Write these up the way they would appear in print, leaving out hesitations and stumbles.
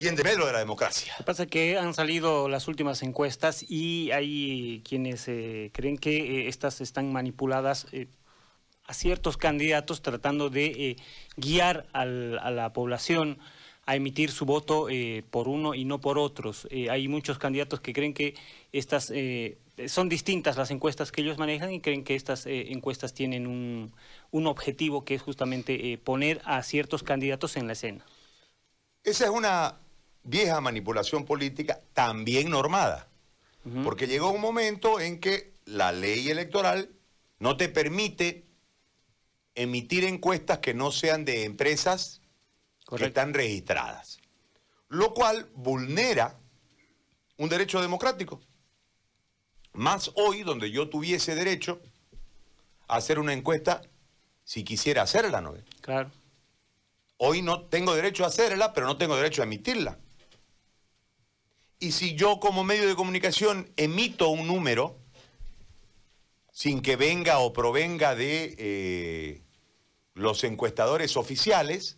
y en desmedro de la democracia. Lo que pasa es que han salido las últimas encuestas y hay quienes creen que estas están manipuladas a ciertos candidatos tratando de guiar a la población a emitir su voto por uno y no por otros. Hay muchos candidatos que creen que estas son distintas las encuestas que ellos manejan y creen que estas encuestas tienen un objetivo que es justamente poner a ciertos candidatos en la escena. Esa es una vieja manipulación política también normada, porque llegó un momento en que la ley electoral no te permite emitir encuestas que no sean de empresas que están registradas, lo cual vulnera un derecho democrático. Más hoy, donde yo tuviese derecho a hacer una encuesta si quisiera hacerla, ¿no? Claro. Hoy no tengo derecho a hacerla, pero no tengo derecho a emitirla. Y si yo como medio de comunicación emito un número sin que venga o provenga de los encuestadores oficiales,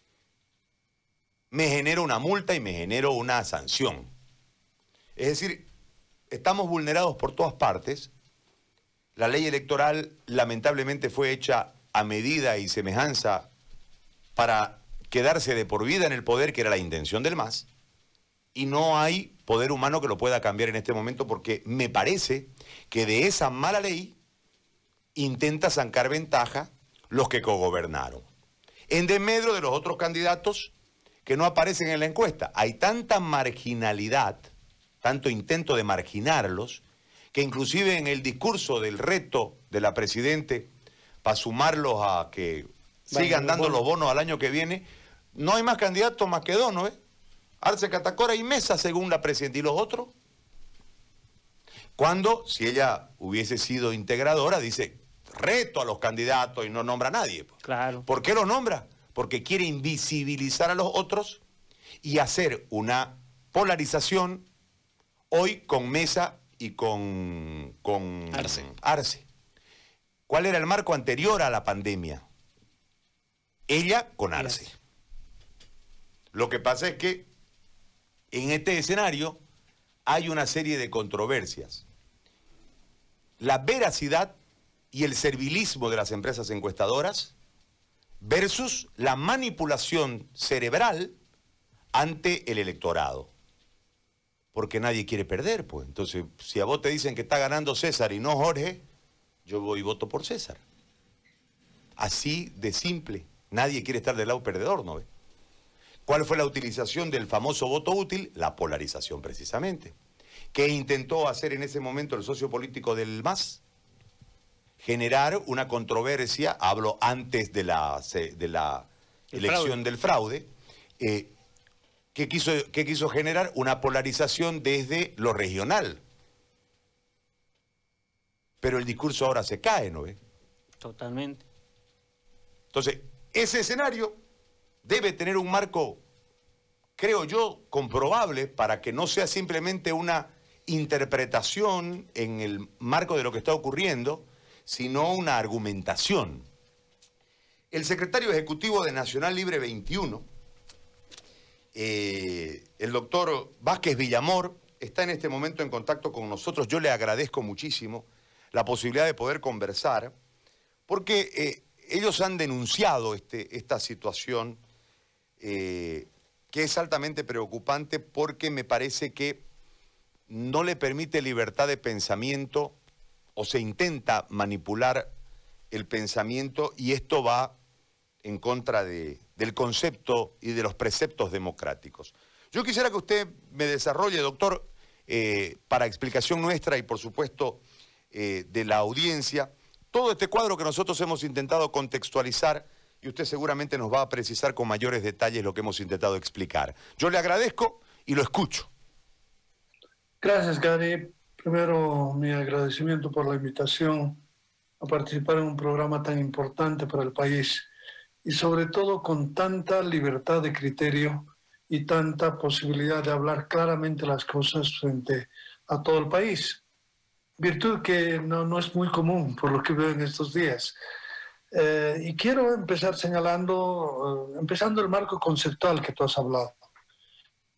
me genero una multa y me genero una sanción. Es decir, estamos vulnerados por todas partes. La ley electoral lamentablemente fue hecha a medida y semejanza para quedarse de por vida en el poder, que era la intención del MAS, y no hay poder humano que lo pueda cambiar en este momento, porque me parece que de esa mala ley intenta sacar ventaja los que cogobernaron, en desmedro de los otros candidatos que no aparecen en la encuesta. Hay tanta marginalidad, tanto intento de marginarlos, que inclusive en el discurso del reto de la Presidente para sumarlos a que sigan dando los bonos al año que viene, no hay más candidatos más que dos, ¿no? Arce, Catacora y Mesa, según la Presidenta. ¿Y los otros? Cuando, si ella hubiese sido integradora, dice, reto a los candidatos y no nombra a nadie. Claro. ¿Por qué lo nombra? Porque quiere invisibilizar a los otros y hacer una polarización hoy con Mesa y con Arce. ¿Cuál era el marco anterior a la pandemia? Ella con Arce. Lo que pasa es que en este escenario hay una serie de controversias. La veracidad y el servilismo de las empresas encuestadoras versus la manipulación cerebral ante el electorado. Porque nadie quiere perder, pues. Entonces, si a vos te dicen que está ganando César y no Jorge, yo voy y voto por César. Así de simple. Nadie quiere estar del lado perdedor, ¿no ve? ¿Cuál fue la utilización del famoso voto útil? La polarización, precisamente. ¿Qué intentó hacer en ese momento el socio político del MAS? Generar una controversia, hablo antes de la elección del fraude, ¿qué quiso generar? Una polarización desde lo regional. Pero el discurso ahora se cae, ¿no ve? Totalmente. Entonces, ese escenario debe tener un marco, creo yo, comprobable para que no sea simplemente una interpretación en el marco de lo que está ocurriendo, sino una argumentación. El secretario ejecutivo de Nacional Libre 21, el doctor Vázquez Villamor, está en este momento en contacto con nosotros. Yo le agradezco muchísimo la posibilidad de poder conversar, porque ellos han denunciado esta situación que es altamente preocupante, porque me parece que no le permite libertad de pensamiento o se intenta manipular el pensamiento, y esto va en contra del concepto y de los preceptos democráticos. Yo quisiera que usted me desarrolle, doctor, para explicación nuestra y por supuesto de la audiencia, todo este cuadro que nosotros hemos intentado contextualizar, y usted seguramente nos va a precisar con mayores detalles lo que hemos intentado explicar. Yo le agradezco y lo escucho. Gracias, Gary. Primero, mi agradecimiento por la invitación a participar en un programa tan importante para el país y sobre todo con tanta libertad de criterio y tanta posibilidad de hablar claramente las cosas frente a todo el país. Virtud que no es muy común por lo que veo en estos días. Y quiero empezar empezando el marco conceptual que tú has hablado.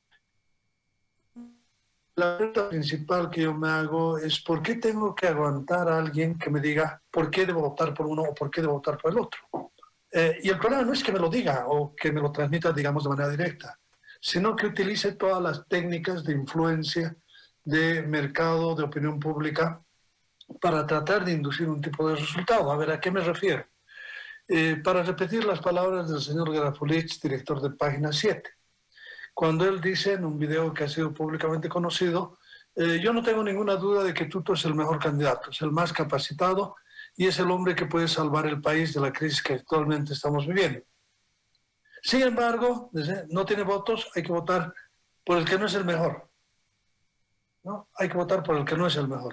la pregunta principal que yo me hago es ¿por qué tengo que aguantar a alguien que me diga por qué debo votar por uno o por qué debo votar por el otro? Y el problema no es que me lo diga o que me lo transmita, digamos, de manera directa, sino que utilice todas las técnicas de influencia, de mercado, de opinión pública, para tratar de inducir un tipo de resultado. A ver, ¿a qué me refiero? Para repetir las palabras del señor Garafulich, director de Página 7, cuando él dice en un video que ha sido públicamente conocido, yo no tengo ninguna duda de que Tuto es el mejor candidato, es el más capacitado y es el hombre que puede salvar el país de la crisis que actualmente estamos viviendo. Sin embargo, no tiene votos, hay que votar por el que no es el mejor. ¿No? Hay que votar por el que no es el mejor.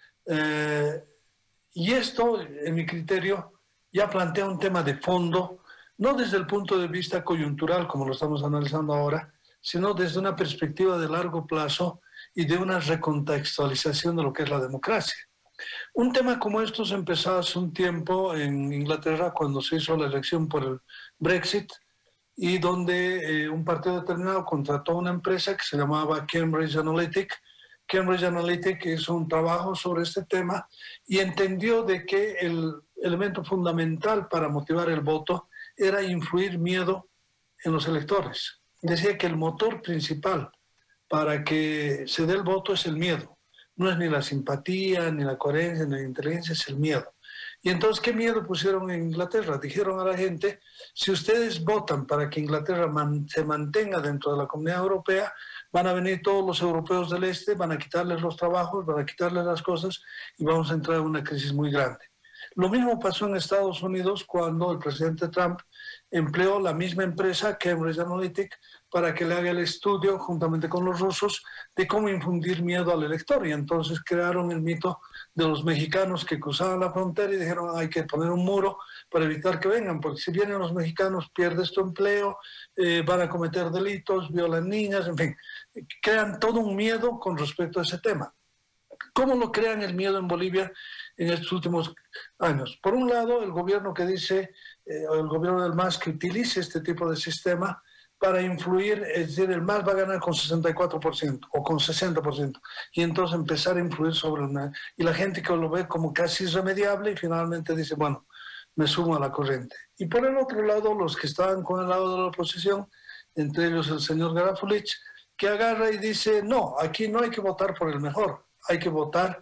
Y esto, en mi criterio, ya plantea un tema de fondo, no desde el punto de vista coyuntural, como lo estamos analizando ahora, sino desde una perspectiva de largo plazo y de una recontextualización de lo que es la democracia. Un tema como estos empezó hace un tiempo en Inglaterra cuando se hizo la elección por el Brexit y donde un partido determinado contrató una empresa que se llamaba Cambridge Analytica. Cambridge Analytica hizo un trabajo sobre este tema y entendió de que el elemento fundamental para motivar el voto era influir miedo en los electores. Decía que el motor principal para que se dé el voto es el miedo. No es ni la simpatía, ni la coherencia, ni la inteligencia, es el miedo. Y entonces, ¿qué miedo pusieron en Inglaterra? Dijeron a la gente, si ustedes votan para que Inglaterra se mantenga dentro de la Comunidad Europea, van a venir todos los europeos del este, van a quitarles los trabajos, van a quitarles las cosas y vamos a entrar en una crisis muy grande. Lo mismo pasó en Estados Unidos cuando el presidente Trump empleó la misma empresa, Cambridge Analytica, para que le haga el estudio, juntamente con los rusos, de cómo infundir miedo al elector. Y entonces crearon el mito de los mexicanos que cruzaban la frontera y dijeron hay que poner un muro para evitar que vengan, porque si vienen los mexicanos pierdes tu empleo, van a cometer delitos, violan niñas, en fin. Crean todo un miedo con respecto a ese tema. ¿Cómo lo crean el miedo en Bolivia en estos últimos años? Por un lado, el gobierno que dice, el gobierno del MAS que utilice este tipo de sistema para influir, es decir, el MAS va a ganar con 64% o con 60%, y entonces empezar a influir sobre el MAS. Y la gente que lo ve como casi irremediable y finalmente dice, bueno, me sumo a la corriente. Y por el otro lado, los que estaban con el lado de la oposición, entre ellos el señor Garafulich, que agarra y dice, no, aquí no hay que votar por el mejor, hay que votar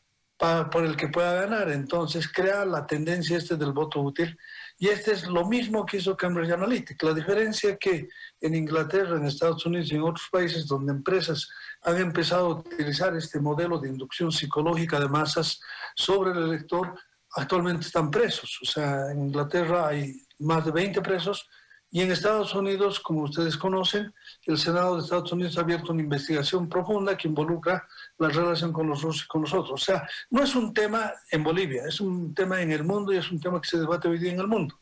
por el que pueda ganar. Entonces crea la tendencia del voto útil. Y este es lo mismo que hizo Cambridge Analytica. La diferencia es que en Inglaterra, en Estados Unidos y en otros países donde empresas han empezado a utilizar este modelo de inducción psicológica de masas sobre el elector, actualmente están presos. O sea, en Inglaterra hay más de 20 presos. Y en Estados Unidos, como ustedes conocen, el Senado de Estados Unidos ha abierto una investigación profunda que involucra la relación con los rusos y con nosotros. O sea, no es un tema en Bolivia, es un tema en el mundo y es un tema que se debate hoy día en el mundo.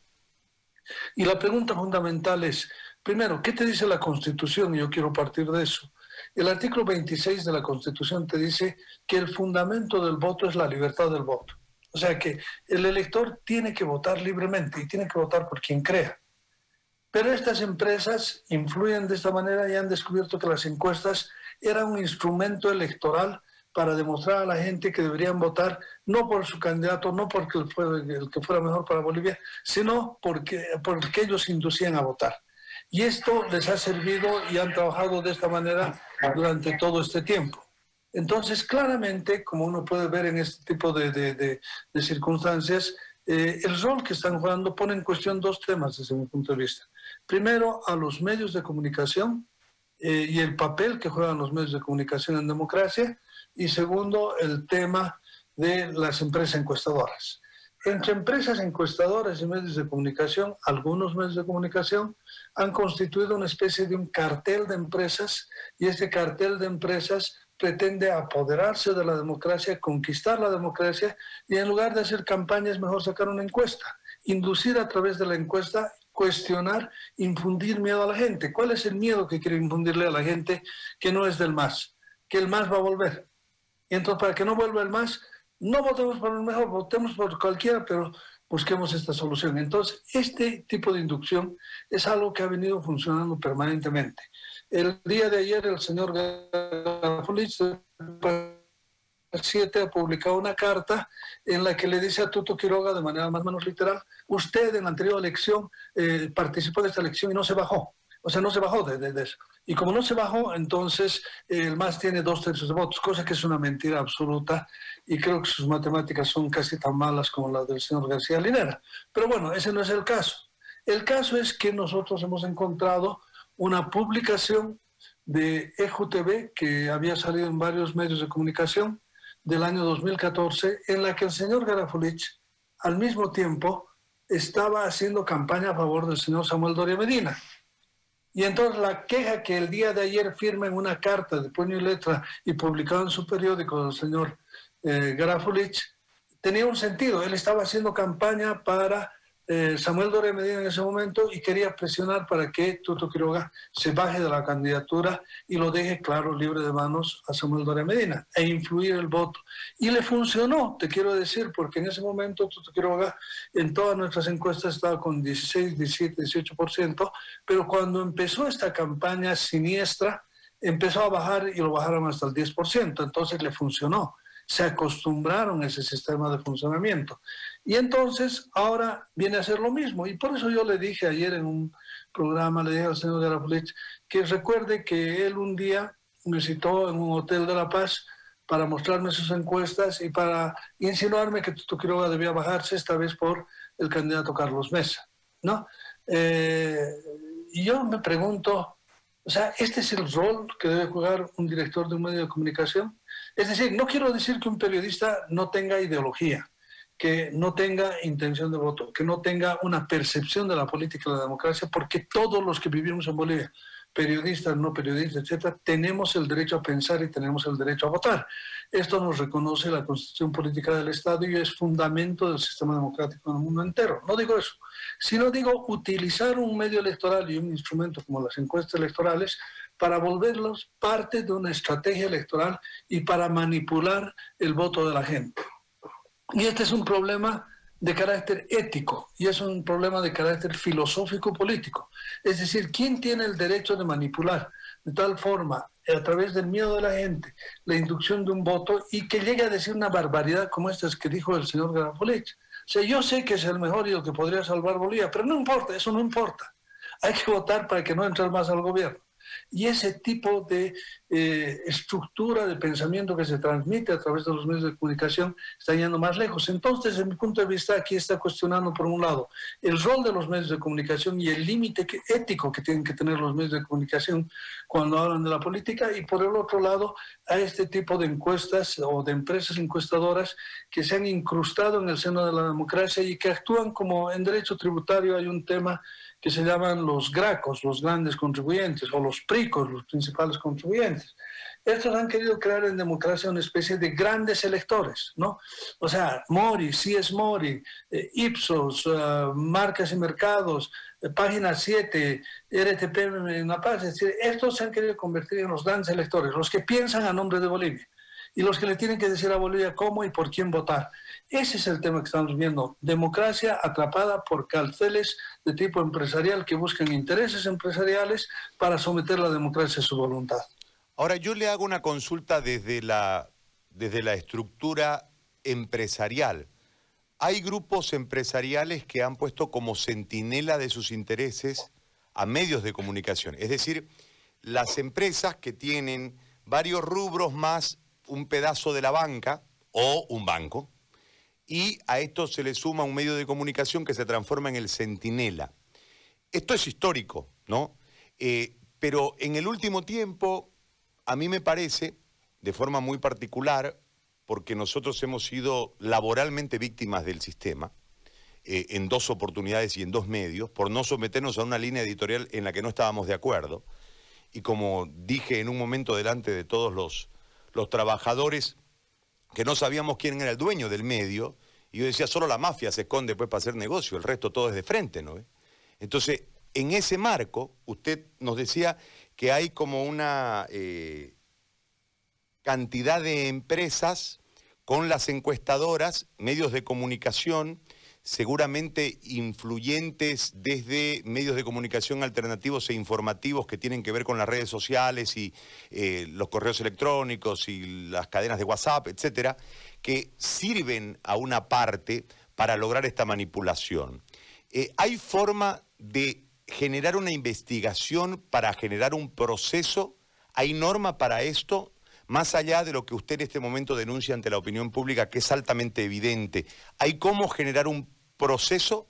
Y la pregunta fundamental es, primero, ¿qué te dice la Constitución? Y yo quiero partir de eso. El artículo 26 de la Constitución te dice que el fundamento del voto es la libertad del voto. O sea que el elector tiene que votar libremente y tiene que votar por quien crea. Pero estas empresas influyen de esta manera y han descubierto que las encuestas eran un instrumento electoral para demostrar a la gente que deberían votar no por su candidato, no porque el que fuera mejor para Bolivia, sino porque ellos inducían a votar. Y esto les ha servido y han trabajado de esta manera durante todo este tiempo. Entonces, claramente, como uno puede ver en este tipo de circunstancias, el rol que están jugando pone en cuestión dos temas desde mi punto de vista. Primero, a los medios de comunicación y el papel que juegan los medios de comunicación en democracia. Y segundo, el tema de las empresas encuestadoras. Entre empresas encuestadoras y medios de comunicación, algunos medios de comunicación han constituido una especie de un cartel de empresas y este cartel de empresas pretende apoderarse de la democracia, conquistar la democracia y en lugar de hacer campaña es mejor sacar una encuesta, inducir a través de la encuesta, cuestionar, infundir miedo a la gente. ¿Cuál es el miedo que quiere infundirle a la gente que no es del MAS? Que el MAS va a volver. Y entonces para que no vuelva el MAS, no votemos por el mejor, votemos por cualquiera, pero busquemos esta solución. Entonces, este tipo de inducción es algo que ha venido funcionando permanentemente. El día de ayer el señor Garafulich 7 ha publicado una carta en la que le dice a Tuto Quiroga de manera más o menos literal: usted en la anterior elección participó de esta elección y no se bajó. O sea, no se bajó de eso. Y como no se bajó, entonces el MAS tiene 2/3 de votos, cosa que es una mentira absoluta, y creo que sus matemáticas son casi tan malas como las del señor García Linera. Pero bueno, ese no es el caso. El caso es que nosotros hemos encontrado una publicación de EJUTV que había salido en varios medios de comunicación del año 2014, en la que el señor Garafulich al mismo tiempo estaba haciendo campaña a favor del señor Samuel Doria Medina. Y entonces la queja que el día de ayer firma en una carta de puño y letra y publicada en su periódico del señor Garafulich tenía un sentido. Él estaba haciendo campaña para Samuel Doria Medina en ese momento y quería presionar para que Tuto Quiroga se baje de la candidatura y lo deje claro, libre de manos a Samuel Doria Medina e influir el voto. Y le funcionó, te quiero decir, porque en ese momento Tuto Quiroga en todas nuestras encuestas estaba con 16, 17, 18%, pero cuando empezó esta campaña siniestra empezó a bajar y lo bajaron hasta el 10%, entonces le funcionó. Se acostumbraron a ese sistema de funcionamiento. Y entonces ahora viene a ser lo mismo. Y por eso yo le dije ayer en un programa, le dije al señor Garafulich que recuerde que él un día me citó en un hotel de La Paz para mostrarme sus encuestas y para insinuarme que Tuto Quiroga debía bajarse, esta vez por el candidato Carlos Mesa, ¿no? Y yo me pregunto, o sea, ¿este es el rol que debe jugar un director de un medio de comunicación? Es decir, no quiero decir que un periodista no tenga ideología, que no tenga intención de voto, que no tenga una percepción de la política y la democracia, porque todos los que vivimos en Bolivia, periodistas, no periodistas, etcétera, tenemos el derecho a pensar y tenemos el derecho a votar. Esto nos reconoce la Constitución Política del Estado y es fundamento del sistema democrático en el mundo entero. No digo eso, sino digo utilizar un medio electoral y un instrumento como las encuestas electorales para volverlos parte de una estrategia electoral y para manipular el voto de la gente. Y este es un problema de carácter ético y es un problema de carácter filosófico-político. Es decir, ¿quién tiene el derecho de manipular de tal forma, a través del miedo de la gente, la inducción de un voto y que llegue a decir una barbaridad como estas que dijo el señor Garafulich? O sea, yo sé que es el mejor y el que podría salvar Bolivia, pero no importa, eso no importa. Hay que votar para que no entre más al gobierno. Y ese tipo de estructura de pensamiento que se transmite a través de los medios de comunicación está yendo más lejos. Entonces, desde mi punto de vista, aquí está cuestionando, por un lado, el rol de los medios de comunicación y el límite ético que tienen que tener los medios de comunicación cuando hablan de la política, y por el otro lado, a este tipo de encuestas o de empresas encuestadoras que se han incrustado en el seno de la democracia y que actúan como en derecho tributario. Hay un tema que se llaman los gracos, los grandes contribuyentes, o los pricos, los principales contribuyentes. Estos han querido crear en democracia una especie de grandes electores, ¿no? O sea, Mori, CS Mori, Ipsos, Marcas y Mercados, Página 7, RTP en La Paz. Es decir, estos se han querido convertir en los grandes electores, los que piensan a nombre de Bolivia y los que le tienen que decir a Bolivia cómo y por quién votar. Ese es el tema que estamos viendo. Democracia atrapada por carteles de tipo empresarial que buscan intereses empresariales para someter la democracia a su voluntad. Ahora, yo le hago una consulta desde la estructura empresarial. Hay grupos empresariales que han puesto como centinela de sus intereses a medios de comunicación. Es decir, las empresas que tienen varios rubros más un pedazo de la banca o un banco, y a esto se le suma un medio de comunicación que se transforma en el centinela. Esto es histórico, ¿no? Pero en el último tiempo, a mí me parece, de forma muy particular, porque nosotros hemos sido laboralmente víctimas del sistema, en 2 oportunidades y en 2 medios, por no someternos a una línea editorial en la que no estábamos de acuerdo, y como dije en un momento delante de todos los trabajadores, que no sabíamos quién era el dueño del medio, y yo decía, solo la mafia se esconde pues para hacer negocio, el resto todo es de frente, ¿no? Entonces, en ese marco, usted nos decía que hay como una cantidad de empresas con las encuestadoras, medios de comunicación, seguramente influyentes desde medios de comunicación alternativos e informativos que tienen que ver con las redes sociales y los correos electrónicos y las cadenas de WhatsApp, etcétera, que sirven a una parte para lograr esta manipulación. ¿Hay forma de generar una investigación para generar un proceso? ¿Hay norma para esto? Más allá de lo que usted en este momento denuncia ante la opinión pública, que es altamente evidente, ¿hay cómo generar un proceso?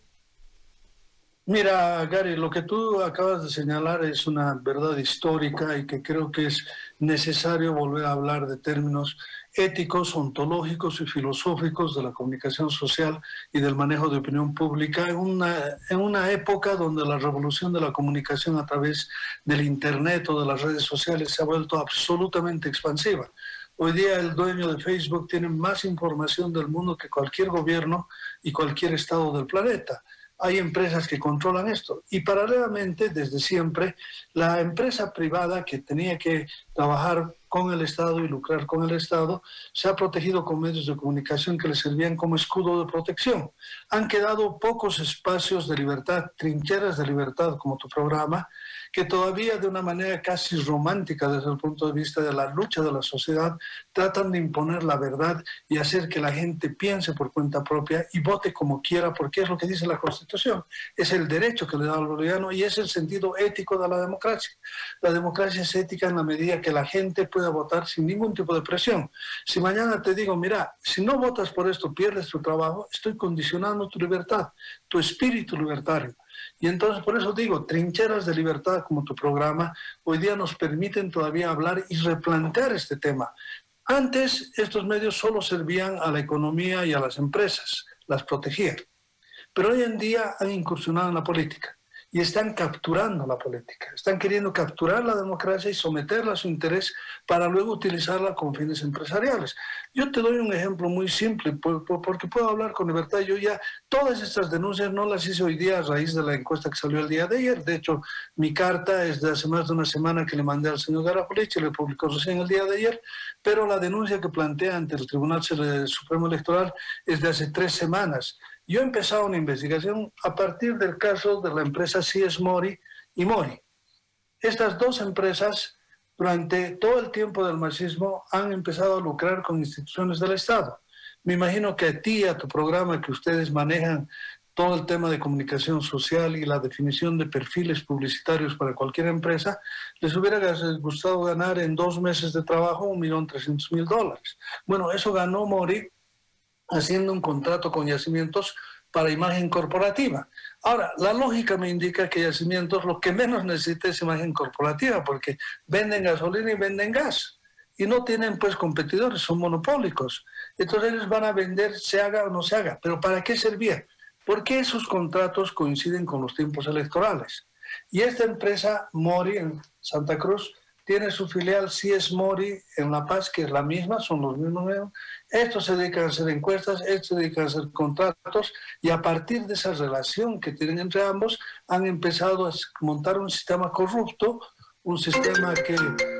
Mira, Gary, lo que tú acabas de señalar es una verdad histórica y que creo que es necesario volver a hablar de términos éticos, ontológicos y filosóficos de la comunicación social y del manejo de opinión pública en una época donde la revolución de la comunicación a través del Internet o de las redes sociales se ha vuelto absolutamente expansiva. Hoy día el dueño de Facebook tiene más información del mundo que cualquier gobierno y cualquier estado del planeta. Hay empresas que controlan esto y paralelamente, desde siempre, la empresa privada que tenía que trabajar con el Estado y lucrar con el Estado, se ha protegido con medios de comunicación que le servían como escudo de protección. Han quedado pocos espacios de libertad, trincheras de libertad como tu programa, que todavía de una manera casi romántica desde el punto de vista de la lucha de la sociedad, tratan de imponer la verdad y hacer que la gente piense por cuenta propia y vote como quiera, porque es lo que dice la Constitución. Es el derecho que le da al boliviano y es el sentido ético de la democracia. La democracia es ética en la medida que la gente pueda votar sin ningún tipo de presión. Si mañana te digo, mira, si no votas por esto, pierdes tu trabajo, estoy condicionando tu libertad, tu espíritu libertario. Y entonces, por eso digo, trincheras de libertad como tu programa, hoy día nos permiten todavía hablar y replantear este tema. Antes, estos medios solo servían a la economía y a las empresas, las protegían. Pero hoy en día han incursionado en la política y están capturando la política. Están queriendo capturar la democracia y someterla a su interés para luego utilizarla con fines empresariales. Yo te doy un ejemplo muy simple, porque puedo hablar con libertad. Yo ya todas estas denuncias no las hice hoy día a raíz de la encuesta que salió el día de ayer. De hecho, mi carta es de hace más de una semana que le mandé al señor Garafulich y le publicó recién el día de ayer, pero la denuncia que plantea ante el Tribunal Supremo Electoral es de hace 3 semanas. Yo he empezado una investigación a partir del caso de la empresa CS Mori y Mori. Estas dos empresas, durante todo el tiempo del marxismo, han empezado a lucrar con instituciones del Estado. Me imagino que a ti, a tu programa, que ustedes manejan todo el tema de comunicación social y la definición de perfiles publicitarios para cualquier empresa, les hubiera gustado ganar en 2 meses de trabajo $1.300.000. Bueno, eso ganó Mori haciendo un contrato con Yacimientos para imagen corporativa. Ahora, la lógica me indica que Yacimientos lo que menos necesita es imagen corporativa, porque venden gasolina y venden gas. Y no tienen pues competidores, son monopólicos. Entonces ellos van a vender, se haga o no se haga. ¿Pero para qué servía? Porque esos contratos coinciden con los tiempos electorales. Y esta empresa, Mori, en Santa Cruz, tiene su filial CS Mori en La Paz, que es la misma, son los mismos medios. Estos se dedican a hacer encuestas, estos se dedican a hacer contratos, y a partir de esa relación que tienen entre ambos, han empezado a montar un sistema corrupto, un sistema que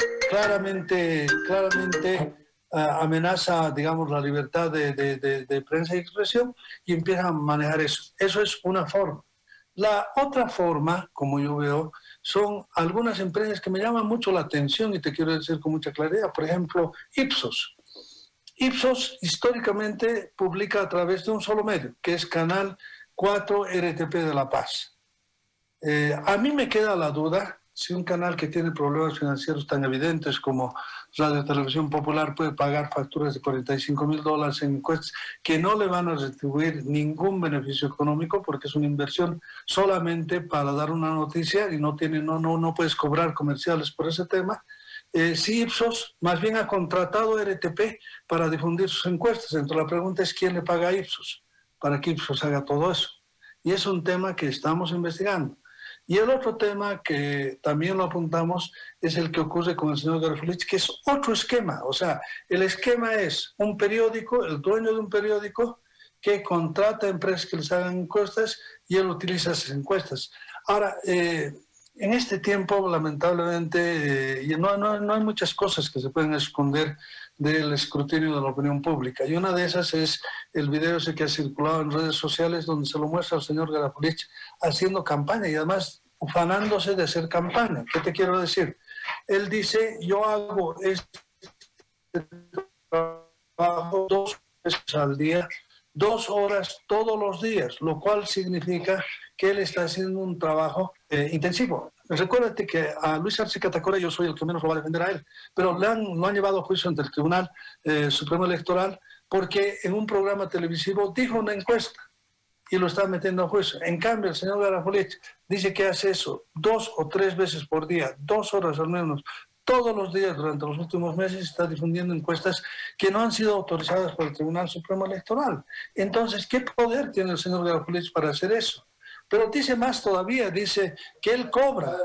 claramente amenaza, digamos, la libertad de prensa y expresión, y empiezan a manejar eso. Eso es una forma. La otra forma, como yo veo, son algunas empresas que me llaman mucho la atención y te quiero decir con mucha claridad. Por ejemplo, Ipsos. Ipsos históricamente publica a través de un solo medio, que es Canal 4 RTP de La Paz. A mí me queda la duda si un canal que tiene problemas financieros tan evidentes como Radio Televisión Popular puede pagar facturas de $45.000 en encuestas que no le van a retribuir ningún beneficio económico, porque es una inversión solamente para dar una noticia y no puedes cobrar comerciales por ese tema. Sí, Ipsos más bien ha contratado RTP para difundir sus encuestas. Entonces la pregunta es ¿quién le paga a Ipsos para que Ipsos haga todo eso? Y es un tema que estamos investigando. Y el otro tema que también lo apuntamos es el que ocurre con el señor Garafulich, que es otro esquema. O sea, el esquema es un periódico, el dueño de un periódico que contrata a empresas que les hagan encuestas y él utiliza esas encuestas. Ahora, en este tiempo, lamentablemente, no hay muchas cosas que se pueden esconder del escrutinio de la opinión pública. Y una de esas es el video ese que ha circulado en redes sociales donde se lo muestra al señor Garafulich haciendo campaña y además ufanándose de hacer campaña. ¿Qué te quiero decir? Él dice, yo hago este trabajo 2 veces al día, 2 horas todos los días, lo cual significa que él está haciendo un trabajo intensivo. Recuérdate que a Luis Arce Catacora yo soy el que menos lo va a defender a él, pero lo han llevado a juicio ante el Tribunal Supremo Electoral porque en un programa televisivo dijo una encuesta y lo está metiendo a juicio. En cambio, el señor Garafulich dice que hace eso 2 o 3 veces por día, 2 horas al menos, todos los días durante los últimos meses está difundiendo encuestas que no han sido autorizadas por el Tribunal Supremo Electoral. Entonces, ¿qué poder tiene el señor Garafulich para hacer eso? Pero dice más todavía, dice que él cobra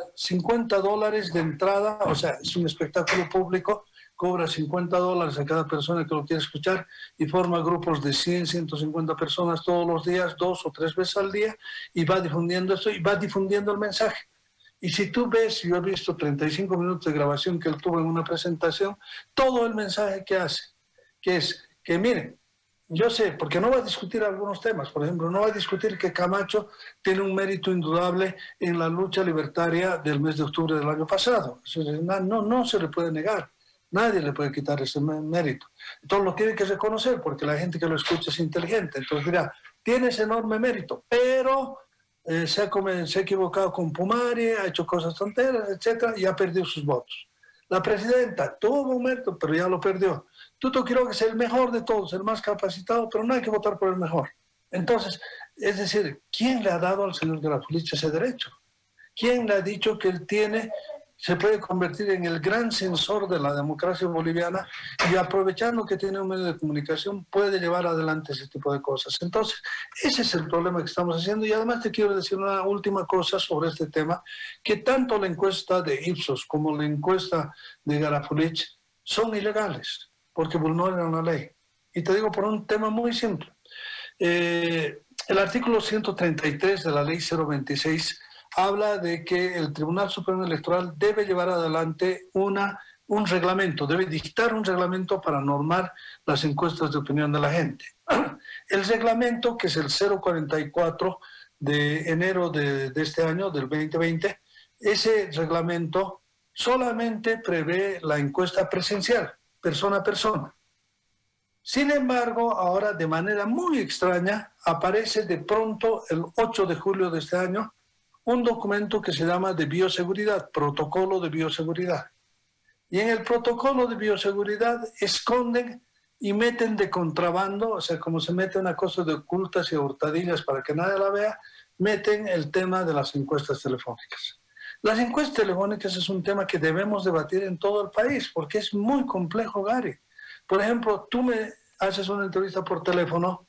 $50 de entrada, o sea, es un espectáculo público, cobra $50 a cada persona que lo quiere escuchar y forma grupos de 100, 150 personas todos los días, 2 o 3 veces al día, y va difundiendo esto y va difundiendo el mensaje. Y si tú ves, yo he visto 35 minutos de grabación que él tuvo en una presentación, todo el mensaje que hace, que es que miren, yo sé, porque no va a discutir algunos temas, por ejemplo, no va a discutir que Camacho tiene un mérito indudable en la lucha libertaria del mes de octubre del año pasado. Eso no se le puede negar, nadie le puede quitar ese mérito. Entonces lo tiene que reconocer porque la gente que lo escucha es inteligente. Entonces mira, tiene ese enorme mérito, pero se ha equivocado con Pumari, ha hecho cosas tonteras, etcétera, y ha perdido sus votos. La presidenta tuvo un mérito, pero ya lo perdió. Tuto Quiroga es el mejor de todos, el más capacitado, pero no hay que votar por el mejor. Entonces, es decir, ¿quién le ha dado al señor Garafulich ese derecho? ¿Quién le ha dicho que él se puede convertir en el gran censor de la democracia boliviana y aprovechando que tiene un medio de comunicación puede llevar adelante ese tipo de cosas? Entonces, ese es el problema que estamos haciendo. Y además te quiero decir una última cosa sobre este tema, que tanto la encuesta de Ipsos como la encuesta de Garafulich son ilegales, porque vulneran la ley. Y te digo por un tema muy simple. El artículo 133 de la ley 026 habla de que el Tribunal Supremo Electoral debe llevar adelante un reglamento, debe dictar un reglamento para normar las encuestas de opinión de la gente. El reglamento, que es el 044 de enero de este año, del 2020, ese reglamento solamente prevé la encuesta presencial, persona a persona. Sin embargo, ahora de manera muy extraña aparece de pronto el 8 de julio de este año un documento que se llama de bioseguridad, protocolo de bioseguridad. Y en el protocolo de bioseguridad esconden y meten de contrabando, o sea, como se mete una cosa de ocultas y hurtadillas para que nadie la vea, meten el tema de las encuestas telefónicas. Las encuestas telefónicas es un tema que debemos debatir en todo el país, porque es muy complejo, Gary. Por ejemplo, tú me haces una entrevista por teléfono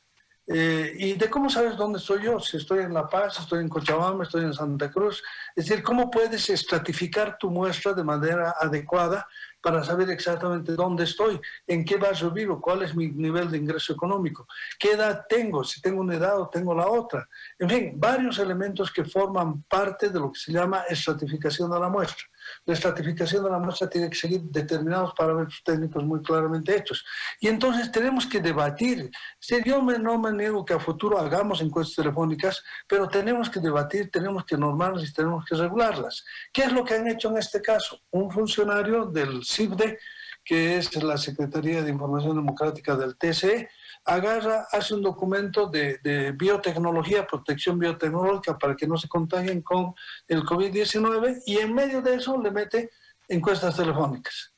y de cómo sabes dónde estoy yo, si estoy en La Paz, estoy en Cochabamba, estoy en Santa Cruz. Es decir, cómo puedes estratificar tu muestra de manera adecuada para saber exactamente dónde estoy, en qué barrio vivo, cuál es mi nivel de ingreso económico, qué edad tengo, si tengo una edad o tengo la otra. En fin, varios elementos que forman parte de lo que se llama estratificación de la muestra. La estratificación de la muestra tiene que seguir determinados parámetros técnicos muy claramente hechos. Y entonces tenemos que debatir. Yo no me niego que a futuro hagamos encuestas telefónicas, pero tenemos que debatir, tenemos que normarlas y tenemos que regularlas. ¿Qué es lo que han hecho en este caso? Un funcionario del CIBDE, que es la Secretaría de Información Democrática del TSE, hace un documento de biotecnología, protección biotecnológica para que no se contagien con el COVID-19 y en medio de eso le mete encuestas telefónicas.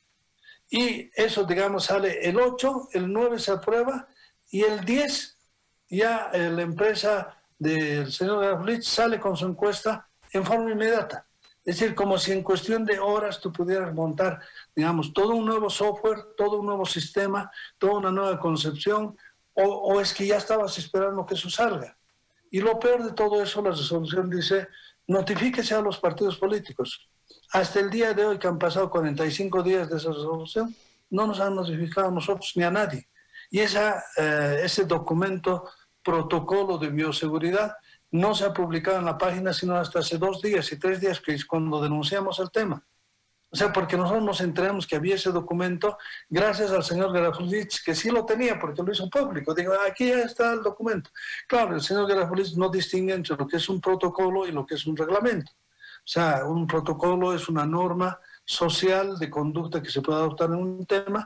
Y eso, digamos, sale el 8, el 9 se aprueba y el 10 ya la empresa del señor Garafulich sale con su encuesta en forma inmediata. Es decir, como si en cuestión de horas tú pudieras montar, digamos, todo un nuevo software, todo un nuevo sistema, toda una nueva concepción, o es que ya estabas esperando que eso salga. Y lo peor de todo eso, la resolución dice, notifíquese a los partidos políticos. Hasta el día de hoy, que han pasado 45 días de esa resolución, no nos han notificado a nosotros ni a nadie. Y ese documento, protocolo de bioseguridad, no se ha publicado en la página sino hasta hace 2 días y 3 días, que es cuando denunciamos el tema. O sea, porque nosotros nos enteramos que había ese documento gracias al señor Garafulich, que sí lo tenía porque lo hizo público. Digo, aquí ya está el documento. Claro, el señor Garafulich no distingue entre lo que es un protocolo y lo que es un reglamento. O sea, un protocolo es una norma social de conducta que se puede adoptar en un tema,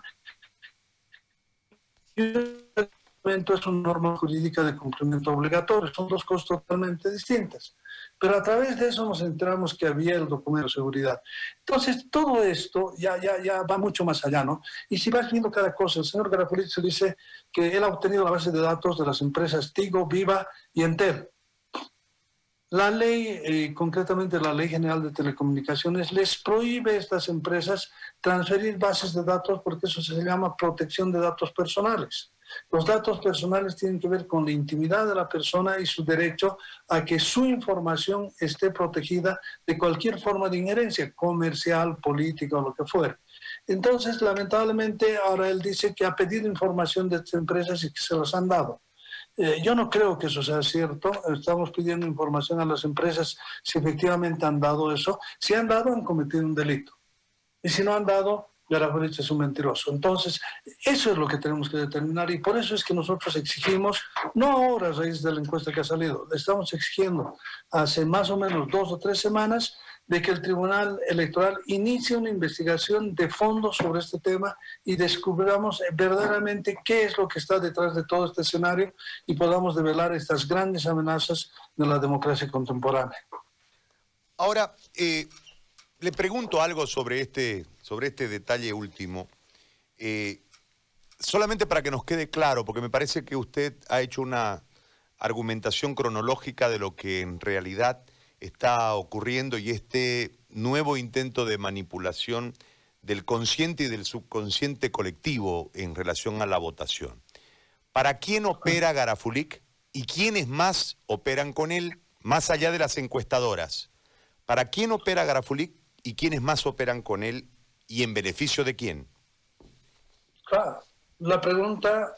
y el reglamento es una norma jurídica de cumplimiento obligatorio. Son dos cosas totalmente distintas. Pero a través de eso nos enteramos que había el documento de seguridad. Entonces, todo esto ya va mucho más allá, ¿no? Y si vas viendo cada cosa, el señor Garafulich dice que él ha obtenido la base de datos de las empresas Tigo, Viva y Entel. La ley, concretamente la Ley General de Telecomunicaciones, les prohíbe a estas empresas transferir bases de datos porque eso se llama protección de datos personales. Los datos personales tienen que ver con la intimidad de la persona y su derecho a que su información esté protegida de cualquier forma de injerencia, comercial, política o lo que fuera. Entonces, lamentablemente, ahora él dice que ha pedido información de estas empresas y que se las han dado. Yo no creo que eso sea cierto. Estamos pidiendo información a las empresas si efectivamente han dado eso. Si han dado, han cometido un delito. Y si no han dado, Garafulich es un mentiroso. Entonces, eso es lo que tenemos que determinar y por eso es que nosotros exigimos, no ahora a raíz de la encuesta que ha salido, estamos exigiendo hace más o menos 2 o 3 semanas de que el Tribunal Electoral inicie una investigación de fondo sobre este tema y descubramos verdaderamente qué es lo que está detrás de todo este escenario y podamos develar estas grandes amenazas de la democracia contemporánea. Ahora, le pregunto algo sobre este detalle último, solamente para que nos quede claro, porque me parece que usted ha hecho una argumentación cronológica de lo que en realidad está ocurriendo y este nuevo intento de manipulación del consciente y del subconsciente colectivo en relación a la votación. ¿Para quién opera Garafulich y quiénes más operan con él, más allá de las encuestadoras? ¿Para quién opera Garafulich y quiénes más operan con él y en beneficio de quién? Claro, la pregunta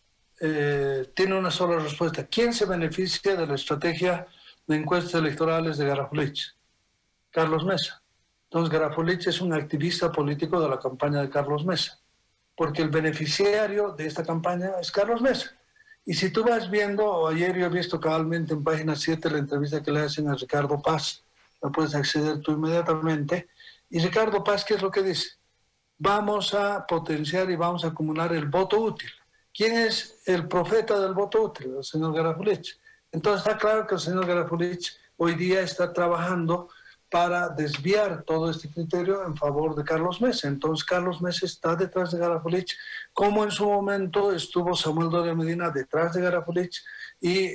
tiene una sola respuesta. ¿Quién se beneficia de la estrategia de encuestas electorales de Garafulich? Carlos Mesa. Entonces Garafulich es un activista político de la campaña de Carlos Mesa, porque el beneficiario de esta campaña es Carlos Mesa. Y si tú vas viendo, ayer yo he visto cabalmente en página 7 la entrevista que le hacen a Ricardo Paz, la puedes acceder tú inmediatamente, y Ricardo Paz, ¿qué es lo que dice? Vamos a potenciar y vamos a acumular el voto útil. ¿Quién es el profeta del voto útil? El señor Garafulich. Entonces está claro que el señor Garafulich hoy día está trabajando para desviar todo este criterio en favor de Carlos Mesa. Entonces Carlos Mesa está detrás de Garafulich, como en su momento estuvo Samuel Doria Medina detrás de Garafulich y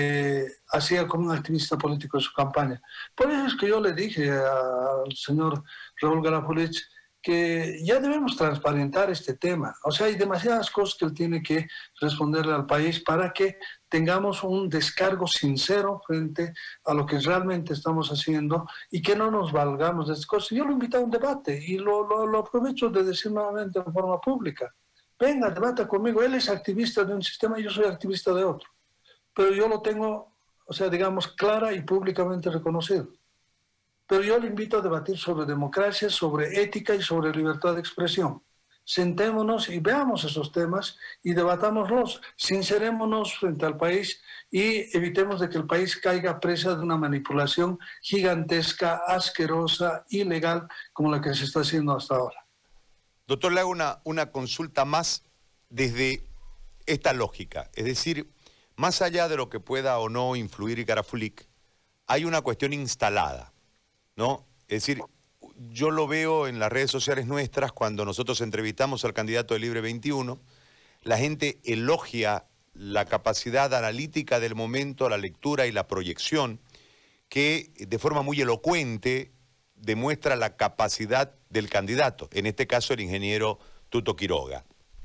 hacía como un activista político en su campaña. Por eso es que yo le dije al señor Raúl Garafulich que ya debemos transparentar este tema. O sea, hay demasiadas cosas que él tiene que responderle al país para que tengamos un descargo sincero frente a lo que realmente estamos haciendo y que no nos valgamos de estas cosas. Yo lo invito a un debate y lo aprovecho de decir nuevamente en forma pública. Venga, debata conmigo. Él es activista de un sistema y yo soy activista de otro. Pero yo lo tengo, o sea, digamos, clara y públicamente reconocido. Pero yo le invito a debatir sobre democracia, sobre ética y sobre libertad de expresión. Sentémonos y veamos esos temas y debatámoslos, sincerémonos frente al país y evitemos de que el país caiga presa de una manipulación gigantesca, asquerosa, ilegal, como la que se está haciendo hasta ahora. Doctor, le hago una consulta más desde esta lógica. Es decir, más allá de lo que pueda o no influir Garafulich, hay una cuestión instalada, ¿no? Es decir, yo lo veo en las redes sociales nuestras cuando nosotros entrevistamos al candidato de Libre 21, la gente elogia la capacidad analítica del momento, la lectura y la proyección, que de forma muy elocuente demuestra la capacidad del candidato, en este caso el ingeniero Tuto Quiroga.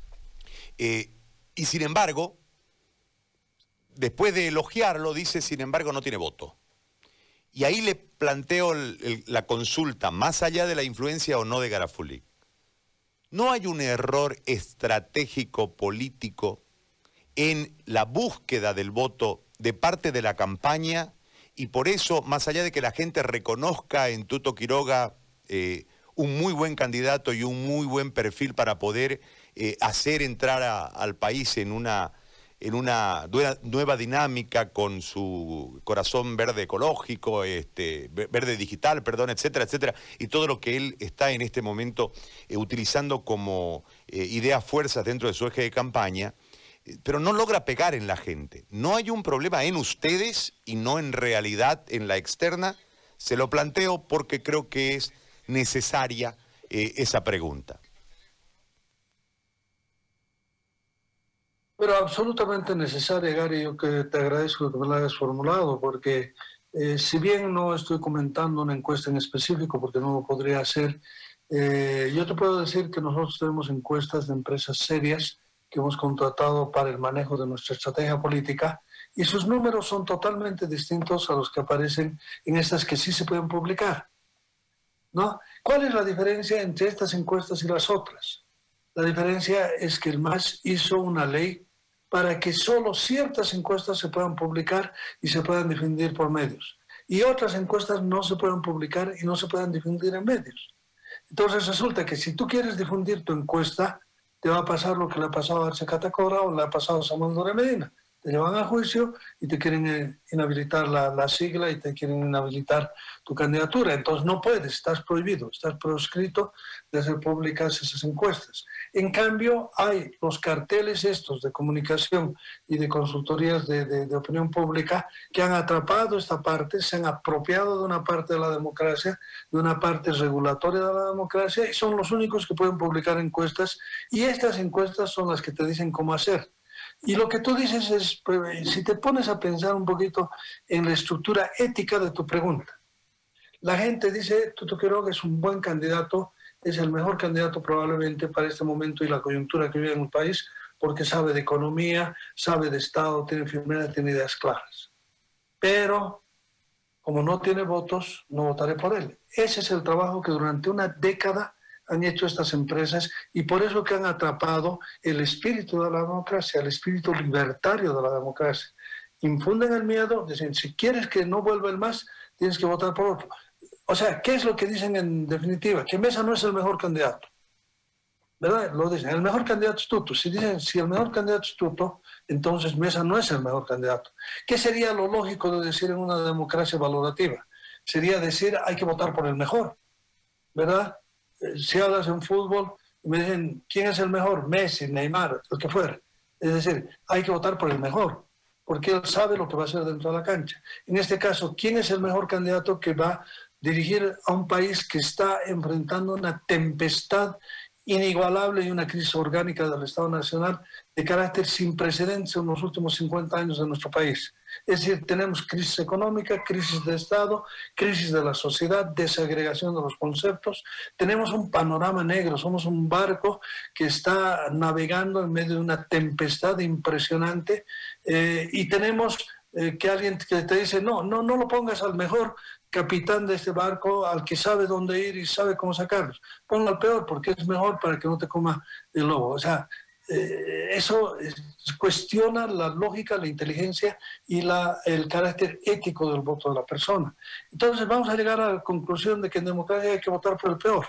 Y sin embargo, después de elogiarlo, dice, sin embargo, no tiene voto. Y ahí le planteo la consulta, más allá de la influencia o no de Garafulich. ¿No hay un error estratégico político en la búsqueda del voto de parte de la campaña y por eso, más allá de que la gente reconozca en Tuto Quiroga un muy buen candidato y un muy buen perfil para poder hacer entrar al país en una nueva dinámica con su corazón verde ecológico, verde digital, perdón, etcétera, etcétera, y todo lo que él está en este momento utilizando como ideas fuerzas dentro de su eje de campaña, pero no logra pegar en la gente. ¿No hay un problema en ustedes y no en realidad en la externa? Se lo planteo porque creo que es necesaria esa pregunta. Pero absolutamente necesaria, Gary. Yo que te agradezco que me la hayas formulado, porque si bien no estoy comentando una encuesta en específico, porque no lo podría hacer, yo te puedo decir que nosotros tenemos encuestas de empresas serias que hemos contratado para el manejo de nuestra estrategia política, y sus números son totalmente distintos a los que aparecen en estas que sí se pueden publicar, ¿no? ¿Cuál es la diferencia entre estas encuestas y las otras? La diferencia es que el MAS hizo una ley para que solo ciertas encuestas se puedan publicar y se puedan difundir por medios, y otras encuestas no se pueden publicar y no se puedan difundir en medios. Entonces resulta que si tú quieres difundir tu encuesta, te va a pasar lo que le ha pasado a Arce Catacora o le ha pasado a Samuel Dore Medina. Te llevan a juicio y te quieren inhabilitar la sigla y te quieren inhabilitar tu candidatura. Entonces no puedes, estás prohibido, estás proscrito de hacer públicas esas encuestas. En cambio, hay los carteles estos de comunicación y de consultorías de opinión pública que han atrapado esta parte, se han apropiado de una parte de la democracia, de una parte regulatoria de la democracia, y son los únicos que pueden publicar encuestas, y estas encuestas son las que te dicen cómo hacer. Y lo que tú dices es, si te pones a pensar un poquito en la estructura ética de tu pregunta, la gente dice, Tuto Quiroga es un buen candidato, es el mejor candidato probablemente para este momento y la coyuntura que vive en el país, porque sabe de economía, sabe de Estado, tiene firmeza, tiene ideas claras. Pero, como no tiene votos, no votaré por él. Ese es el trabajo que durante una década han hecho estas empresas, y por eso que han atrapado el espíritu de la democracia, el espíritu libertario de la democracia. Infunden el miedo, dicen, si quieres que no vuelva el MAS, tienes que votar por otro. O sea, ¿qué es lo que dicen en definitiva? Que Mesa no es el mejor candidato, ¿verdad? Lo dicen, el mejor candidato es Tuto. Si dicen, si el mejor candidato es Tuto, entonces Mesa no es el mejor candidato. ¿Qué sería lo lógico de decir en una democracia valorativa? Sería decir, hay que votar por el mejor, ¿verdad? Si hablas en fútbol y me dicen, ¿quién es el mejor? Messi, Neymar, el que fuera. Es decir, hay que votar por el mejor, porque él sabe lo que va a hacer dentro de la cancha. En este caso, ¿quién es el mejor candidato que va a dirigir a un país que está enfrentando una tempestad inigualable y una crisis orgánica del Estado Nacional de carácter sin precedentes en los últimos 50 años de nuestro país? Es decir, tenemos crisis económica, crisis de Estado, crisis de la sociedad, desagregación de los conceptos. Tenemos un panorama negro, somos un barco que está navegando en medio de una tempestad impresionante, y tenemos que alguien que te dice, no lo pongas al mejor capitán de este barco, al que sabe dónde ir y sabe cómo sacarlos. Ponlo al peor, porque es mejor para que no te coma el lobo. O sea, eso cuestiona la lógica, la inteligencia y el carácter ético del voto de la persona. Entonces vamos a llegar a la conclusión de que en democracia hay que votar por el peor,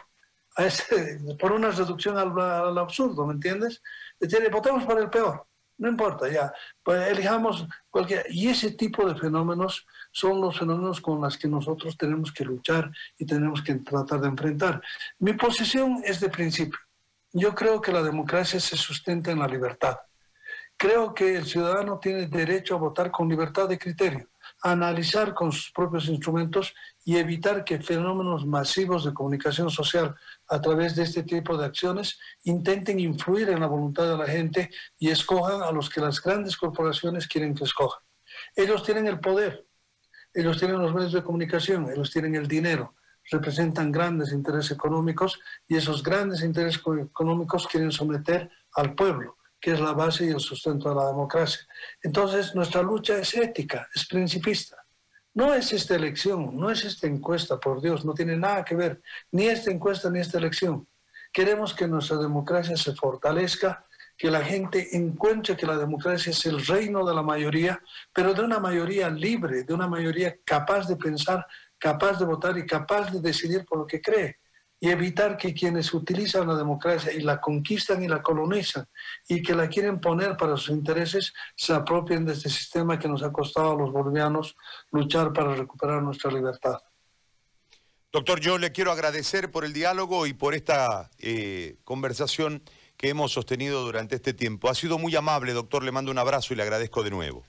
por una reducción al absurdo, ¿me entiendes? Es decir, votemos por el peor, no importa, ya, pues elijamos cualquiera. Y ese tipo de fenómenos son los fenómenos con los que nosotros tenemos que luchar y tenemos que tratar de enfrentar. Mi posición es de principio. Yo creo que la democracia se sustenta en la libertad. Creo que el ciudadano tiene derecho a votar con libertad de criterio, a analizar con sus propios instrumentos y evitar que fenómenos masivos de comunicación social a través de este tipo de acciones intenten influir en la voluntad de la gente y escojan a los que las grandes corporaciones quieren que escojan. Ellos tienen el poder, ellos tienen los medios de comunicación, ellos tienen el dinero, representan grandes intereses económicos, y esos grandes intereses económicos quieren someter al pueblo, que es la base y el sustento de la democracia. Entonces, nuestra lucha es ética, es principista. No es esta elección, no es esta encuesta, por Dios, no tiene nada que ver, ni esta encuesta ni esta elección. Queremos que nuestra democracia se fortalezca, que la gente encuentre que la democracia es el reino de la mayoría, pero de una mayoría libre, de una mayoría capaz de pensar, capaz de votar y capaz de decidir por lo que cree. Y evitar que quienes utilizan la democracia y la conquistan y la colonizan y que la quieren poner para sus intereses, se apropien de este sistema que nos ha costado a los bolivianos luchar para recuperar nuestra libertad. Doctor, yo le quiero agradecer por el diálogo y por esta conversación que hemos sostenido durante este tiempo. Ha sido muy amable, doctor, le mando un abrazo y le agradezco de nuevo.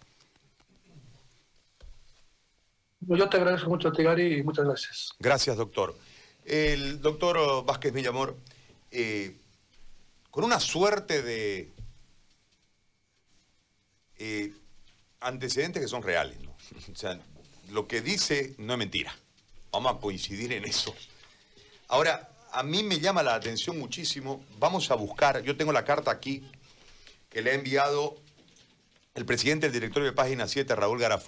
Yo te agradezco mucho, Tigari, y muchas gracias. Gracias, doctor. El doctor Vázquez Villamor, con una suerte de antecedentes que son reales, ¿no? O sea, lo que dice no es mentira. Vamos a coincidir en eso. Ahora, a mí me llama la atención muchísimo. Vamos a buscar, yo tengo la carta aquí que le ha enviado el presidente del directorio de Página 7, Raúl Garafón.